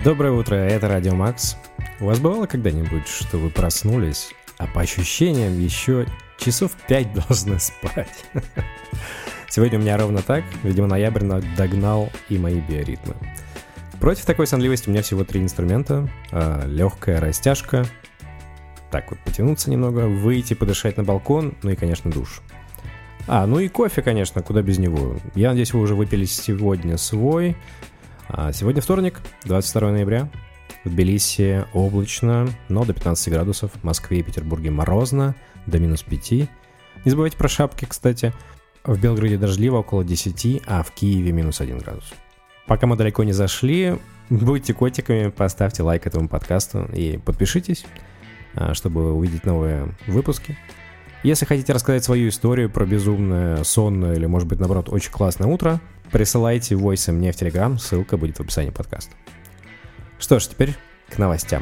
Доброе утро, это Радио Макс. У вас бывало когда-нибудь, что вы проснулись, а по ощущениям еще часов 5 должны спать? Сегодня у меня ровно так, видимо, ноябрь догнал и мои биоритмы. Против такой сонливости у меня всего 3 инструмента. Легкая растяжка, так вот потянуться немного, выйти подышать на балкон, ну и, конечно, душ. Ну и кофе, конечно, куда без него. Я надеюсь, вы уже выпили сегодня свой. Сегодня вторник, 22 ноября. В Тбилиси облачно, но до 15 градусов. В Москве и Петербурге морозно, до минус 5. Не забывайте про шапки, кстати. В Белграде дождливо, около 10, а в Киеве минус 1 градус. Пока мы далеко не зашли, будьте котиками, поставьте лайк этому подкасту и подпишитесь, чтобы увидеть новые выпуски. Если хотите рассказать свою историю про безумное, сонное или, может быть, наоборот, очень классное утро, присылайте войсы мне в Телеграм, ссылка будет в описании подкаста. Что ж, теперь к новостям.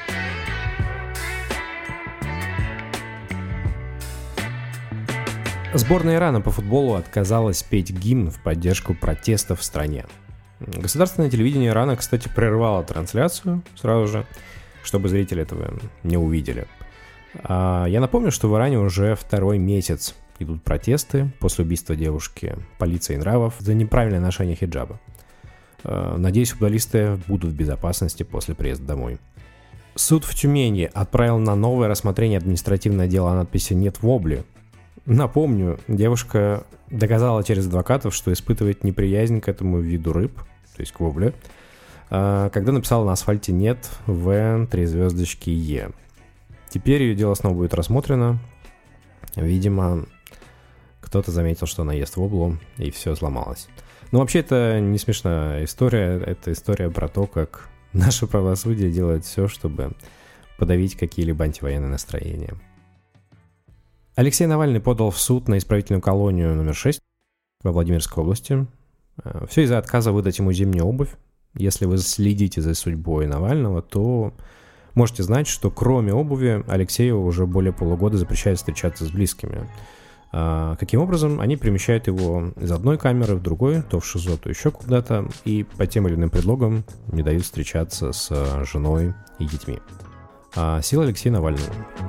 Сборная Ирана по футболу отказалась петь гимн в поддержку протестов в стране. Государственное телевидение Ирана, кстати, прервало трансляцию сразу же, чтобы зрители этого не увидели. Я напомню, что в Иране уже второй месяц идут протесты после убийства девушки полицией нравов за неправильное ношение хиджаба. Надеюсь, футболисты будут в безопасности после приезда домой. Суд в Тюмени отправил на новое рассмотрение административное дело о надписи «Нет вобли». Напомню, девушка доказала через адвокатов, что испытывает неприязнь к этому виду рыб, то есть к вобле, когда написала на асфальте «Нет» в 3 звездочки «Е». Теперь ее дело снова будет рассмотрено. Видимо, кто-то заметил, что она ест воблу, и все сломалось. Но вообще это не смешная история. Это история про то, как наше правосудие делает все, чтобы подавить какие-либо антивоенные настроения. Алексей Навальный подал в суд на исправительную колонию номер 6 во Владимирской области. Все из-за отказа выдать ему зимнюю обувь. Если вы следите за судьбой Навального, то можете знать, что кроме обуви Алексею уже более полугода запрещают встречаться с близкими. Каким образом? Они перемещают его из одной камеры в другой, то в ШИЗО, то еще куда-то, и по тем или иным предлогам не дают встречаться с женой и детьми. Сила Алексея Навального.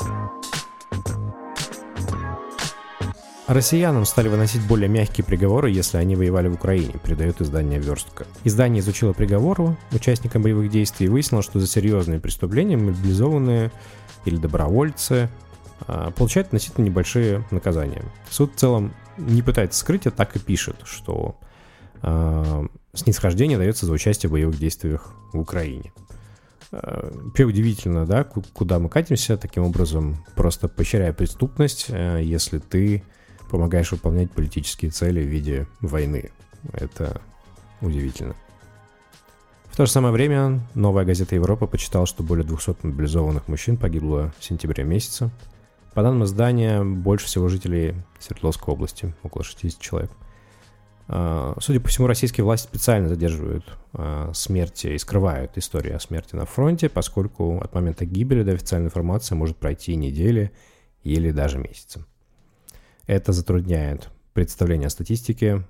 Россиянам стали выносить более мягкие приговоры, если они воевали в Украине, передает издание «Верстка». Издание изучило приговоры участникам боевых действий и выяснило, что за серьезные преступления мобилизованные или добровольцы получают относительно небольшие наказания. Суд в целом не пытается скрыть, а так и пишет, что снисхождение дается за участие в боевых действиях в Украине. Вообще удивительно, да, куда мы катимся, таким образом просто поощряя преступность, если ты помогаешь выполнять политические цели в виде войны. Это удивительно. В то же самое время новая газета «Европа» почитала, что более 200 мобилизованных мужчин погибло в сентябре месяце. По данным издания, больше всего жителей Свердловской области, около 60 человек. Судя по всему, российские власти специально задерживают смерти и скрывают истории о смерти на фронте, поскольку от момента гибели до официальной информации может пройти недели или даже месяцы. Это затрудняет представление о статистике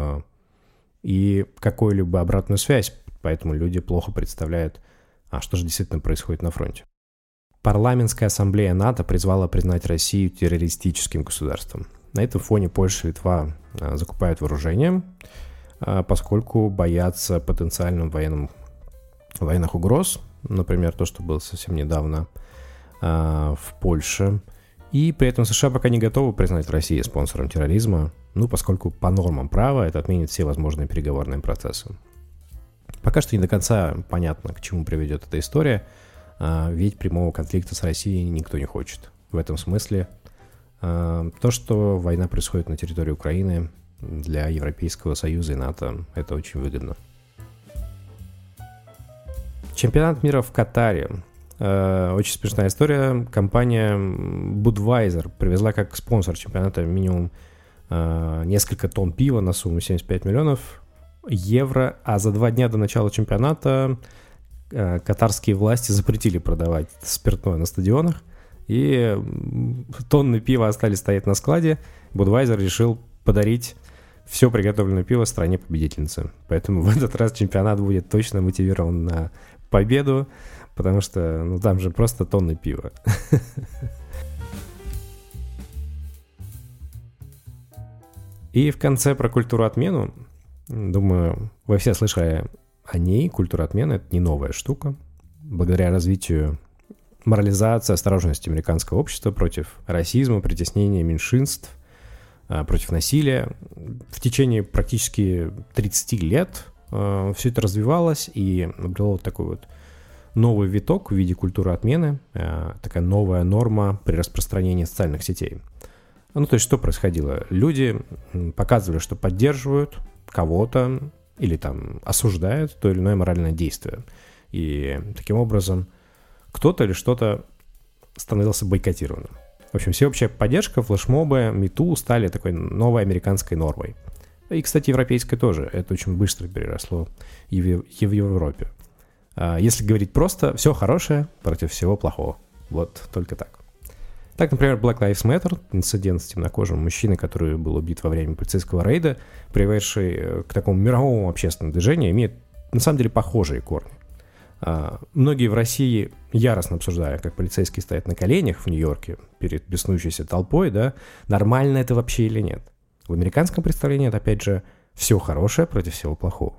и какую-либо обратную связь, поэтому люди плохо представляют, что же действительно происходит на фронте. Парламентская ассамблея НАТО призвала признать Россию террористическим государством. На этом фоне Польша и Литва закупают вооружение, поскольку боятся потенциальных военных угроз, например, то, что было совсем недавно в Польше. И при этом США пока не готовы признать Россию спонсором терроризма, поскольку по нормам права это отменит все возможные переговорные процессы. Пока что не до конца понятно, к чему приведет эта история, ведь прямого конфликта с Россией никто не хочет. В этом смысле то, что война происходит на территории Украины, для Европейского Союза и НАТО это очень выгодно. Чемпионат мира в Катаре. Очень смешная история. Компания Budweiser привезла как спонсор чемпионата минимум несколько тонн пива на сумму 75 миллионов евро, а за 2 дня до начала чемпионата катарские власти запретили продавать спиртное на стадионах, и тонны пива остались стоять на складе. Budweiser решил подарить все приготовленное пиво стране-победительнице. Поэтому в этот раз чемпионат будет точно мотивирован на победу, потому что там же просто тонны пива. И в конце про культуру отмену. Думаю, вы все слышали о ней. Культура отмены — это не новая штука. Благодаря развитию морализации, осторожности американского общества против расизма, притеснения меньшинств, против насилия, в течение практически 30 лет все это развивалось и обрело вот такой вот новый виток в виде культуры отмены, такая новая норма при распространении социальных сетей. То есть что происходило? Люди показывали, что поддерживают кого-то или там осуждают то или иное моральное действие. И таким образом кто-то или что-то становился бойкотированным. В общем, всеобщая поддержка, флешмобы, МИТУ стали такой новой американской нормой. И, кстати, европейской тоже. Это очень быстро переросло и в Европе. Если говорить просто, все хорошее против всего плохого. Вот только так. Так, например, Black Lives Matter, инцидент с темнокожим мужчиной, который был убит во время полицейского рейда, приведший к такому мировому общественному движению, имеет на самом деле похожие корни. Многие в России яростно обсуждают, как полицейские стоят на коленях в Нью-Йорке перед беснующейся толпой, да, нормально это вообще или нет. В американском представлении это, опять же, все хорошее против всего плохого.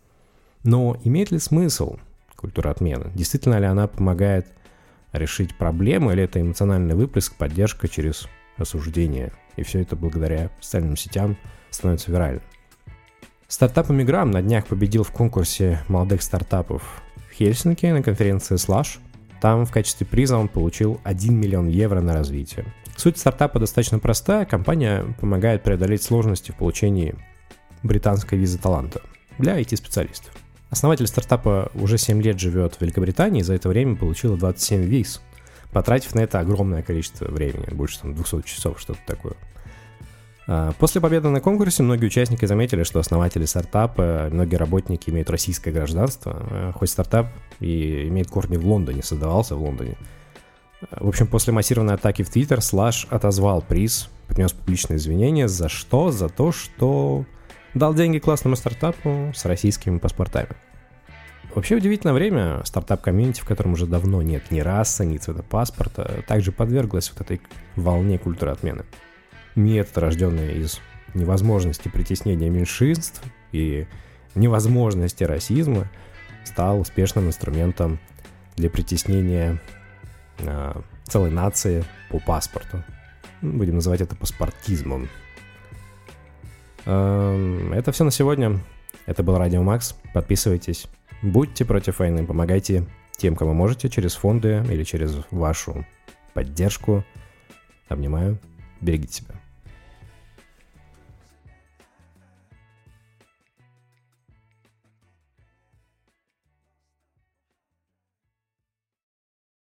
Но имеет ли смысл культура отмены? Действительно ли она помогает решить проблему, или это эмоциональный выплеск, поддержка через осуждение? И все это благодаря социальным сетям становится виральным. Стартап Immigram на днях победил в конкурсе молодых стартапов в Хельсинки на конференции Slush. Там в качестве приза он получил 1 миллион евро на развитие. Суть стартапа достаточно простая. Компания помогает преодолеть сложности в получении британской визы таланта для IT-специалистов. Основатель стартапа уже 7 лет живет в Великобритании и за это время получил 27 виз, потратив на это огромное количество времени, больше 200 часов, что-то такое. После победы на конкурсе многие участники заметили, что основатели стартапа, многие работники имеют российское гражданство, хоть стартап и имеет корни в Лондоне, создавался в Лондоне. В общем, после массированной атаки в Твиттер Slush отозвал приз, принес публичные извинения. За что? За то, что дал деньги классному стартапу с российскими паспортами. Вообще удивительное время. Стартап-комьюнити, в котором уже давно нет ни расы, ни цвета паспорта, также подверглась вот этой волне культуры отмены. Метод, рожденный из невозможности притеснения меньшинств и невозможности расизма, стал успешным инструментом для притеснения целой нации по паспорту. Будем называть это паспортизмом. Это все на сегодня. Это был Радио Макс. Подписывайтесь. Будьте против войны. Помогайте тем, кому можете, через фонды или через вашу поддержку. Обнимаю. Берегите себя.